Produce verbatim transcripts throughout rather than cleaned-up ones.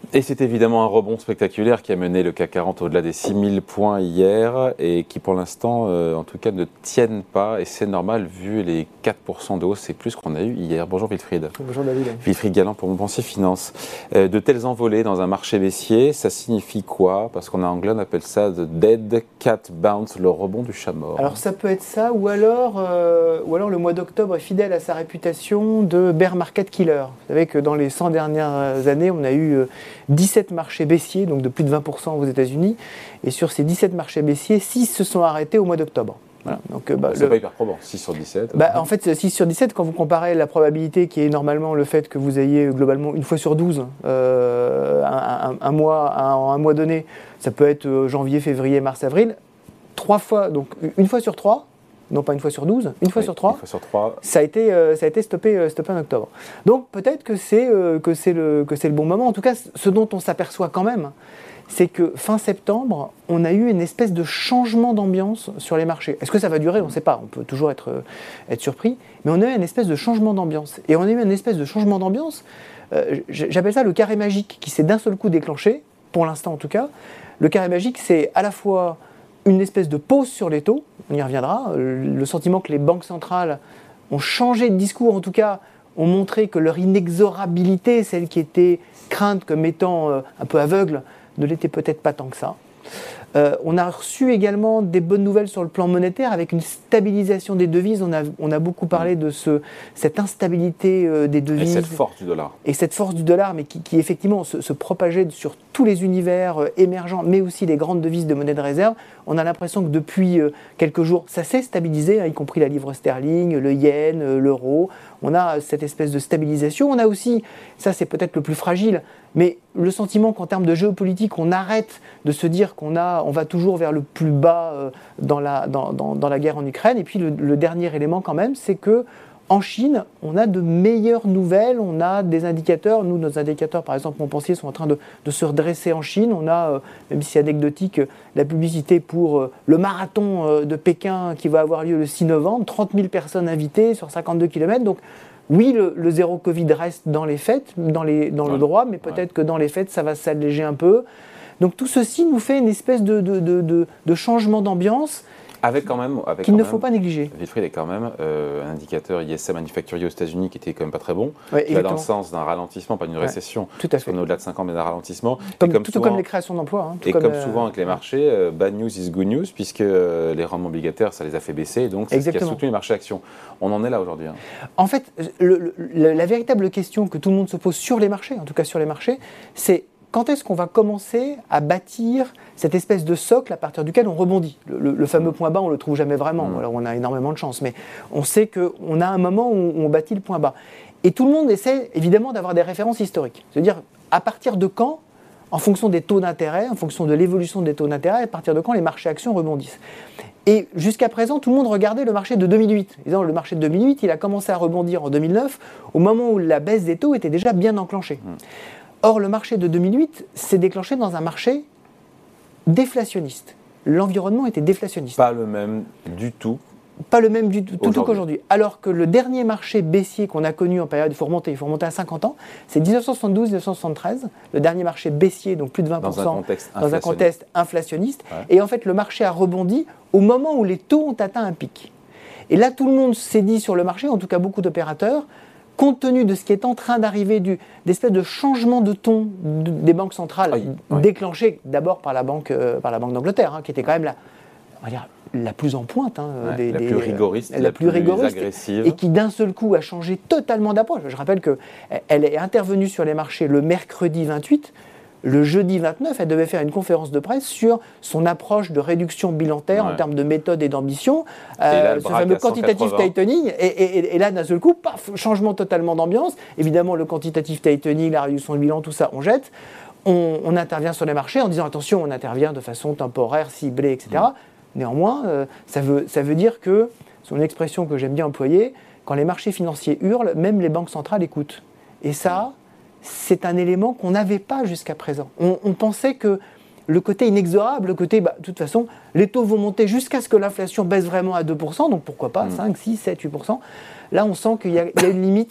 Et c'est évidemment un rebond spectaculaire qui a mené le C A C quarante au-delà des six mille points hier et qui pour l'instant, euh, en tout cas, ne tiennent pas. Et c'est normal vu les quatre pour cent de hausse, c'est plus qu'on a eu hier. Bonjour Wilfried. Bonjour David. Wilfried Galland pour Montpensier Finance. Euh, de telles envolées dans un marché baissier, ça signifie quoi? Parce qu'en anglais, on appelle ça the dead cat bounce, le rebond du chat mort. Alors ça peut être ça, ou alors, euh, ou alors le mois d'octobre est fidèle à sa réputation de bear market killer. Vous savez que dans les cent dernières années, on a eu euh, dix-sept marchés baissiers, donc de plus de vingt pour cent aux États-Unis. Et sur ces dix-sept marchés baissiers, six se sont arrêtés au mois d'octobre. Voilà. Donc, bah, c'est le... pas hyper probant, six sur dix-sept. Bah, en fait, six sur dix-sept, quand vous comparez la probabilité qui est normalement le fait que vous ayez globalement une fois sur douze, euh, un, un, un, mois, un, un mois donné, ça peut être janvier, février, mars, avril, trois fois, donc une fois sur trois, non pas une fois sur douze, une fois oui, sur trois, une fois sur trois. Ça a été, euh, ça a été stoppé, euh, stoppé en octobre. Donc peut-être que c'est, euh, que, c'est le, que c'est le bon moment. En tout cas, ce dont on s'aperçoit quand même, c'est que fin septembre, on a eu une espèce de changement d'ambiance sur les marchés. Est-ce que ça va durer? On ne sait pas, on peut toujours être, euh, être surpris, mais on a eu une espèce de changement d'ambiance. Et on a eu une espèce de changement d'ambiance, euh, j'appelle ça le carré magique, qui s'est d'un seul coup déclenché, pour l'instant en tout cas. Le carré magique, c'est à la fois une espèce de pause sur les taux, on y reviendra, le sentiment que les banques centrales ont changé de discours, en tout cas ont montré que leur inexorabilité, celle qui était crainte comme étant euh, un peu aveugle, ne l'était peut-être pas tant que ça. Euh, on a reçu également des bonnes nouvelles sur le plan monétaire avec une stabilisation des devises. On a, on a beaucoup parlé de ce, cette instabilité euh, des devises. Et cette force du dollar. Et cette force du dollar, mais qui, qui effectivement se, se propageait sur tous les univers euh, émergents, mais aussi les grandes devises de monnaie de réserve. On a l'impression que depuis euh, quelques jours, ça s'est stabilisé, hein, y compris la livre sterling, le yen, euh, l'euro. On a cette espèce de stabilisation. On a aussi, ça c'est peut-être le plus fragile, mais le sentiment qu'en termes de géopolitique, on arrête de se dire qu'on a, on va toujours vers le plus bas euh, dans, la, dans, dans, dans la guerre en Ukraine. Et puis le, le dernier élément quand même, c'est que en Chine, on a de meilleures nouvelles, on a des indicateurs. Nous, nos indicateurs, par exemple, Montpensier, sont en train de, de se redresser en Chine. On a, euh, même si c'est anecdotique, la publicité pour euh, le marathon euh, de Pékin qui va avoir lieu le six novembre, trente mille personnes invitées sur cinquante-deux kilomètres. Donc, oui, le, le zéro Covid reste dans les faits, dans, les, dans ouais. le droit, mais peut-être ouais. que dans les faits, ça va s'alléger un peu. Donc, tout ceci nous fait une espèce de, de, de, de, de changement d'ambiance. Avec quand même, avec qu'il quand ne même, faut pas négliger. Wilfried est quand même euh, un indicateur I S M manufacturier aux États-Unis qui était quand même pas très bon, ouais, qui va dans le sens d'un ralentissement, pas d'une ouais, récession. Tout à fait. On est au-delà de cinq ans, mais d'un ralentissement. Comme, et comme tout souvent, comme les créations d'emplois. Hein, et comme, comme euh, souvent avec les marchés, euh, bad news is good news, puisque euh, les rendements obligataires, ça les a fait baisser, et donc c'est ce qui a soutenu les marchés actions. On en est là aujourd'hui. Hein. En fait, le, le, la véritable question que tout le monde se pose sur les marchés, en tout cas sur les marchés, c'est quand est-ce qu'on va commencer à bâtir cette espèce de socle à partir duquel on rebondit? Le, le, le fameux point bas, on ne le trouve jamais vraiment. Mmh. Alors on a énormément de chance, mais on sait qu'on a un moment où on bâtit le point bas. Et tout le monde essaie évidemment d'avoir des références historiques. C'est-à-dire à partir de quand, en fonction des taux d'intérêt, en fonction de l'évolution des taux d'intérêt, à partir de quand les marchés actions rebondissent. Et jusqu'à présent, tout le monde regardait le marché de deux mille huit. Disant, le marché de deux mille huit, il a commencé à rebondir en deux mille neuf, au moment où la baisse des taux était déjà bien enclenchée. Mmh. Or, le marché de deux mille huit s'est déclenché dans un marché déflationniste. L'environnement était déflationniste. Pas le même du tout. Pas le même du tout, tout qu'aujourd'hui. Alors que le dernier marché baissier qu'on a connu en période, il faut remonter, il faut remonter à cinquante ans, c'est dix-neuf cent soixante-douze dix-neuf cent soixante-treize, le dernier marché baissier, donc plus de vingt pour cent, dans un contexte dans un contexte inflationniste. Ouais. Et en fait, le marché a rebondi au moment où les taux ont atteint un pic. Et là, tout le monde s'est dit sur le marché, en tout cas beaucoup d'opérateurs, compte tenu de ce qui est en train d'arriver, du, d'espèce de changement de ton de, des banques centrales, oui, oui. déclenché d'abord par la Banque, euh, par la Banque d'Angleterre, hein, qui était quand même la, on va dire, la plus en pointe. Hein, ouais, des, la des, plus rigoriste, la, la plus, plus rigoriste, agressive. Et qui d'un seul coup a changé totalement d'approche. Je rappelle qu'elle est intervenue sur les marchés le mercredi vingt-huit. Le jeudi vingt-neuf, elle devait faire une conférence de presse sur son approche de réduction bilantaire ouais. en termes de méthode et d'ambition, euh, ce fameux quantitative tightening, et, et, et là, d'un seul coup, paf, changement totalement d'ambiance. Évidemment, le quantitative tightening, la réduction de bilan, tout ça, on jette. On, on intervient sur les marchés en disant, attention, on intervient de façon temporaire, ciblée, et cetera. Mmh. Néanmoins, euh, ça, veut, ça veut dire que, c'est une expression que j'aime bien employer, quand les marchés financiers hurlent, même les banques centrales écoutent. Et ça... Mmh. c'est un élément qu'on n'avait pas jusqu'à présent. On, on pensait que le côté inexorable, le côté, bah, de toute façon, les taux vont monter jusqu'à ce que l'inflation baisse vraiment à deux pour cent, donc pourquoi pas, mmh. cinq, six, sept, huit pour cent. Là, on sent qu'il y a, il y a une limite,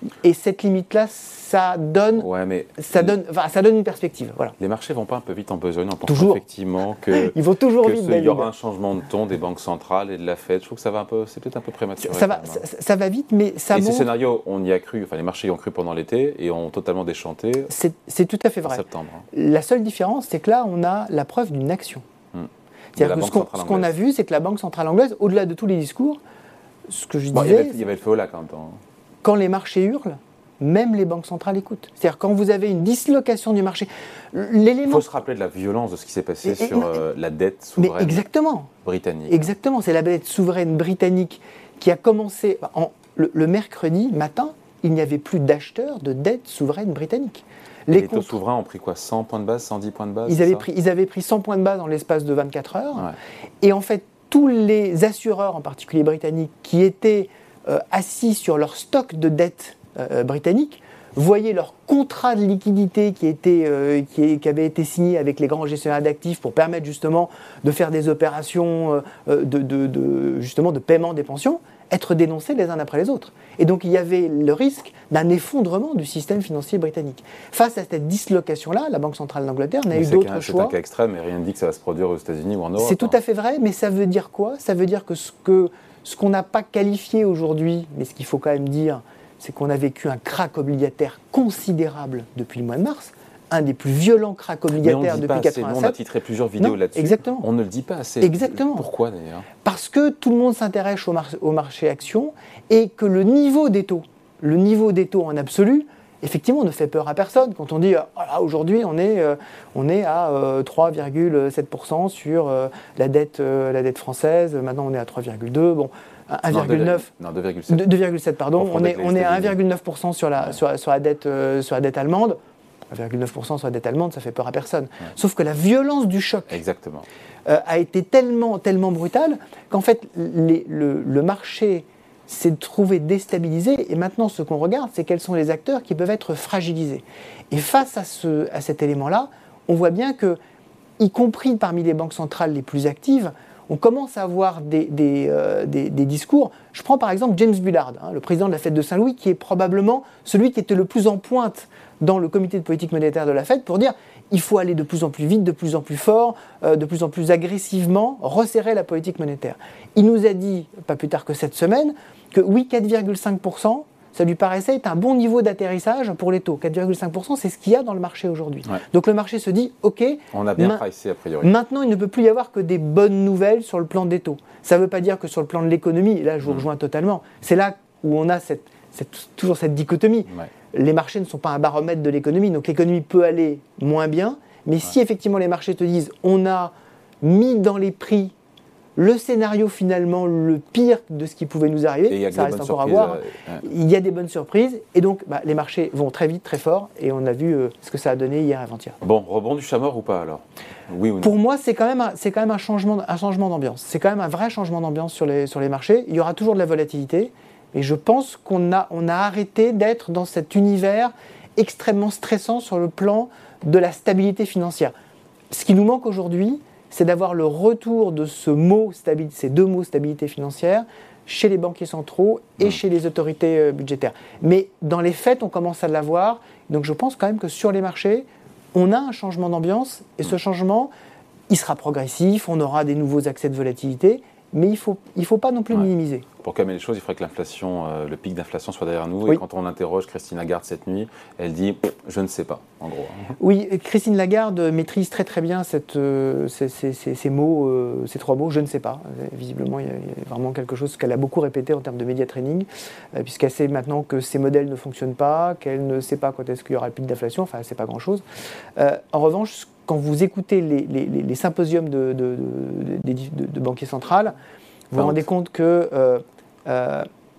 Et cette limite-là, ça donne, ouais, mais ça donne, enfin, ça donne une perspective. Voilà. Les marchés ne vont pas un peu vite en besogne. On pense toujours. effectivement que, Ils vont toujours que vite. il y aura un changement de ton des banques centrales et de la Fed. Je trouve que ça va un peu, c'est peut-être un peu prématuré. Ça va, ça, ça va vite, mais ça et montre... ces scénarios, on y a cru, enfin les marchés y ont cru pendant l'été et ont totalement déchanté. C'est, c'est tout à fait vrai. En septembre. La seule différence, c'est que là, on a la preuve d'une action. Hum. C'est-à-dire que ce qu'on, ce qu'on a vu, c'est que la Banque centrale anglaise, au-delà de tous les discours, ce que je bon, disais... Il y avait, il y avait le feu au lac en même temps. Quand les marchés hurlent, même les banques centrales écoutent. C'est-à-dire quand vous avez une dislocation du marché, l'élément... Il faut se rappeler de la violence de ce qui s'est passé et, sur et, euh, la dette souveraine mais exactement. britannique. Exactement, c'est la dette souveraine britannique qui a commencé... En, le, le mercredi matin, il n'y avait plus d'acheteurs de dette souveraine britannique. Les, les taux contre... souverains ont pris quoi, cent points de base, cent dix points de base ils avaient, pris, ils avaient pris cent points de base en l'espace de vingt-quatre heures. Ouais. Et en fait, tous les assureurs, en particulier britanniques, qui étaient euh, assis sur leur stock de dette euh, britannique, voyaient leur contrat de liquidité qui, était, euh, qui, qui avait été signé avec les grands gestionnaires d'actifs pour permettre justement de faire des opérations euh, de, de, de, justement de paiement des pensions, être dénoncés les uns après les autres. Et donc il y avait le risque d'un effondrement du système financier britannique. Face à cette dislocation-là, la Banque centrale d'Angleterre n'a eu d'autres choix. C'est un cas extrême et rien ne dit que ça va se produire aux États-Unis ou en Europe. C'est tout à fait vrai, mais ça veut dire quoi ? Ça veut dire que ce, que, ce qu'on n'a pas qualifié aujourd'hui, mais ce qu'il faut quand même dire, c'est qu'on a vécu un krach obligataire considérable depuis le mois de mars, un des plus violents krachs obligataires depuis quatre-vingt-sept. On a titré plusieurs vidéos non, là-dessus. Exactement. On ne le dit pas assez. Exactement. Pourquoi d'ailleurs ? Parce que tout le monde s'intéresse au, mar- au marché action et que le niveau des taux, le niveau des taux en absolu, effectivement, ne fait peur à personne. Quand on dit ah, aujourd'hui on est, euh, on est à euh, trois virgule sept pour cent sur euh, la, dette, euh, la dette française, maintenant on est à trois virgule deux, bon, un virgule neuf. Non, deux virgule sept. deux virgule sept, pardon. On est, on est à un virgule neuf pour cent sur la, ouais. sur, sur, la dette, euh, sur la dette allemande. un virgule neuf pour cent sur la dette allemande, ça fait peur à personne. Ouais. Sauf que la violence du choc Exactement. Euh, a été tellement, tellement brutale qu'en fait, les, le, le marché s'est trouvé déstabilisé. Et maintenant, ce qu'on regarde, c'est quels sont les acteurs qui peuvent être fragilisés. Et face à, ce, à cet élément-là, on voit bien que, y compris parmi les banques centrales les plus actives, on commence à avoir des, des, euh, des, des discours. Je prends par exemple James Bullard, hein, le président de la Fed de Saint-Louis, qui est probablement celui qui était le plus en pointe dans le comité de politique monétaire de la Fed pour dire il faut aller de plus en plus vite, de plus en plus fort, euh, de plus en plus agressivement, resserrer la politique monétaire. Il nous a dit, pas plus tard que cette semaine, que oui, quatre virgule cinq pour cent, ça lui paraissait être un bon niveau d'atterrissage pour les taux. quatre virgule cinq pour cent, c'est ce qu'il y a dans le marché aujourd'hui. Ouais. Donc le marché se dit, ok, on a bien ma- pricé a priori. Maintenant il ne peut plus y avoir que des bonnes nouvelles sur le plan des taux. Ça ne veut pas dire que sur le plan de l'économie, et là je vous mmh. rejoins totalement, c'est là où on a cette, cette, toujours cette dichotomie. Ouais. Les marchés ne sont pas un baromètre de l'économie, donc l'économie peut aller moins bien, mais ouais. si effectivement les marchés te disent, on a mis dans les prix le scénario finalement le pire de ce qui pouvait nous arriver, ça reste encore à voir. Euh, ouais. Il y a des bonnes surprises et donc bah, les marchés vont très vite, très fort et on a vu euh, ce que ça a donné hier avant-hier. Bon, rebond du chat mort ou pas alors ? Oui ou non ? Pour moi, c'est quand même, un, c'est quand même un, changement, un changement d'ambiance. C'est quand même un vrai changement d'ambiance sur les, sur les marchés. Il y aura toujours de la volatilité et je pense qu'on a, on a arrêté d'être dans cet univers extrêmement stressant sur le plan de la stabilité financière. Ce qui nous manque aujourd'hui, c'est d'avoir le retour de ce mot, ces deux mots stabilité financière chez les banquiers centraux et mmh. chez les autorités budgétaires. Mais dans les faits, on commence à l'avoir. Donc je pense quand même que sur les marchés, on a un changement d'ambiance et mmh. ce changement, il sera progressif, on aura des nouveaux accès de volatilité, mais il ne faut, il faut pas non plus ouais. minimiser. Pour calmer les choses, il faudrait que l'inflation, euh, le pic d'inflation soit derrière nous. Oui. Et quand on interroge Christine Lagarde cette nuit, elle dit « je ne sais pas », en gros. Oui, Christine Lagarde maîtrise très très bien cette, euh, ces, ces, ces, ces mots, euh, ces trois mots « je ne sais pas ». Visiblement, il y, a, il y a vraiment quelque chose qu'elle a beaucoup répété en termes de média training, euh, puisqu'elle sait maintenant que ces modèles ne fonctionnent pas, qu'elle ne sait pas quand est-ce qu'il y aura le pic d'inflation, enfin, elle ne sait pas grand-chose. Euh, en revanche, quand vous écoutez les, les, les, les symposiums de, de, de, de, de, de banquiers centrales, vous vous rendez compte que euh, euh,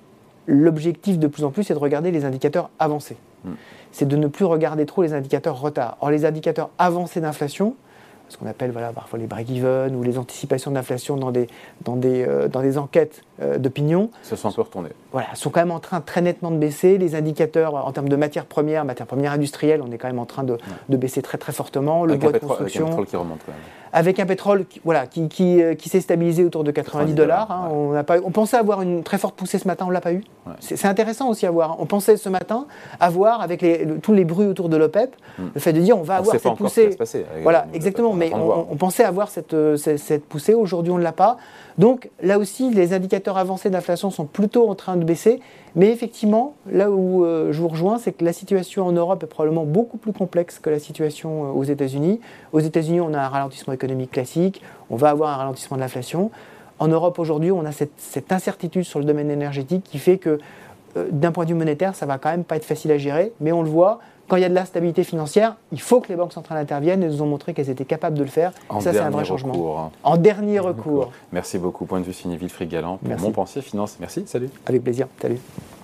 l'objectif de plus en plus, c'est de regarder les indicateurs avancés. Mm. C'est de ne plus regarder trop les indicateurs retard. Or, les indicateurs avancés d'inflation, ce qu'on appelle voilà, parfois les break-even ou les anticipations d'inflation dans des, dans des, euh, dans des enquêtes euh, d'opinion. Se sont un peu retournés. Voilà, sont quand même en train très nettement de baisser. Les indicateurs en termes de matières premières, matières premières industrielles, on est quand même en train de, ouais. de baisser très très fortement. Le avec bois un de pétrole, construction. Avec un pétrole qui remonte quand même. Avec un pétrole qui, voilà, qui, qui, qui s'est stabilisé autour de quatre-vingt-dix dollars. Hein, ouais. on, n'a pas, on pensait avoir une très forte poussée ce matin, on ne l'a pas eu. Ouais. C'est, c'est intéressant aussi à voir. On pensait ce matin avoir, avec les, le, tous les bruits autour de l'OPEP, hmm. le fait de dire on va on avoir cette poussée. Passer, voilà, exactement. Mais on, on pensait avoir cette, cette, cette poussée. Aujourd'hui, on ne l'a pas. Donc là aussi, les indicateurs avancés d'inflation sont plutôt en train de baisser. Mais effectivement, là où euh, je vous rejoins, c'est que la situation en Europe est probablement beaucoup plus complexe que la situation euh, aux États-Unis. Aux États-Unis, on a un ralentissement économique classique, on va avoir un ralentissement de l'inflation. En Europe, aujourd'hui, on a cette, cette incertitude sur le domaine énergétique qui fait que, euh, d'un point de vue monétaire, ça ne va quand même pas être facile à gérer. Mais on le voit, quand il y a de l'instabilité financière, il faut que les banques centrales interviennent et nous ont montré qu'elles étaient capables de le faire. En ça, c'est un vrai recours. changement. En dernier recours. Merci beaucoup. Point de vue signé Wilfried Galland pour Montpensier Finance. Merci, salut. Avec plaisir, salut.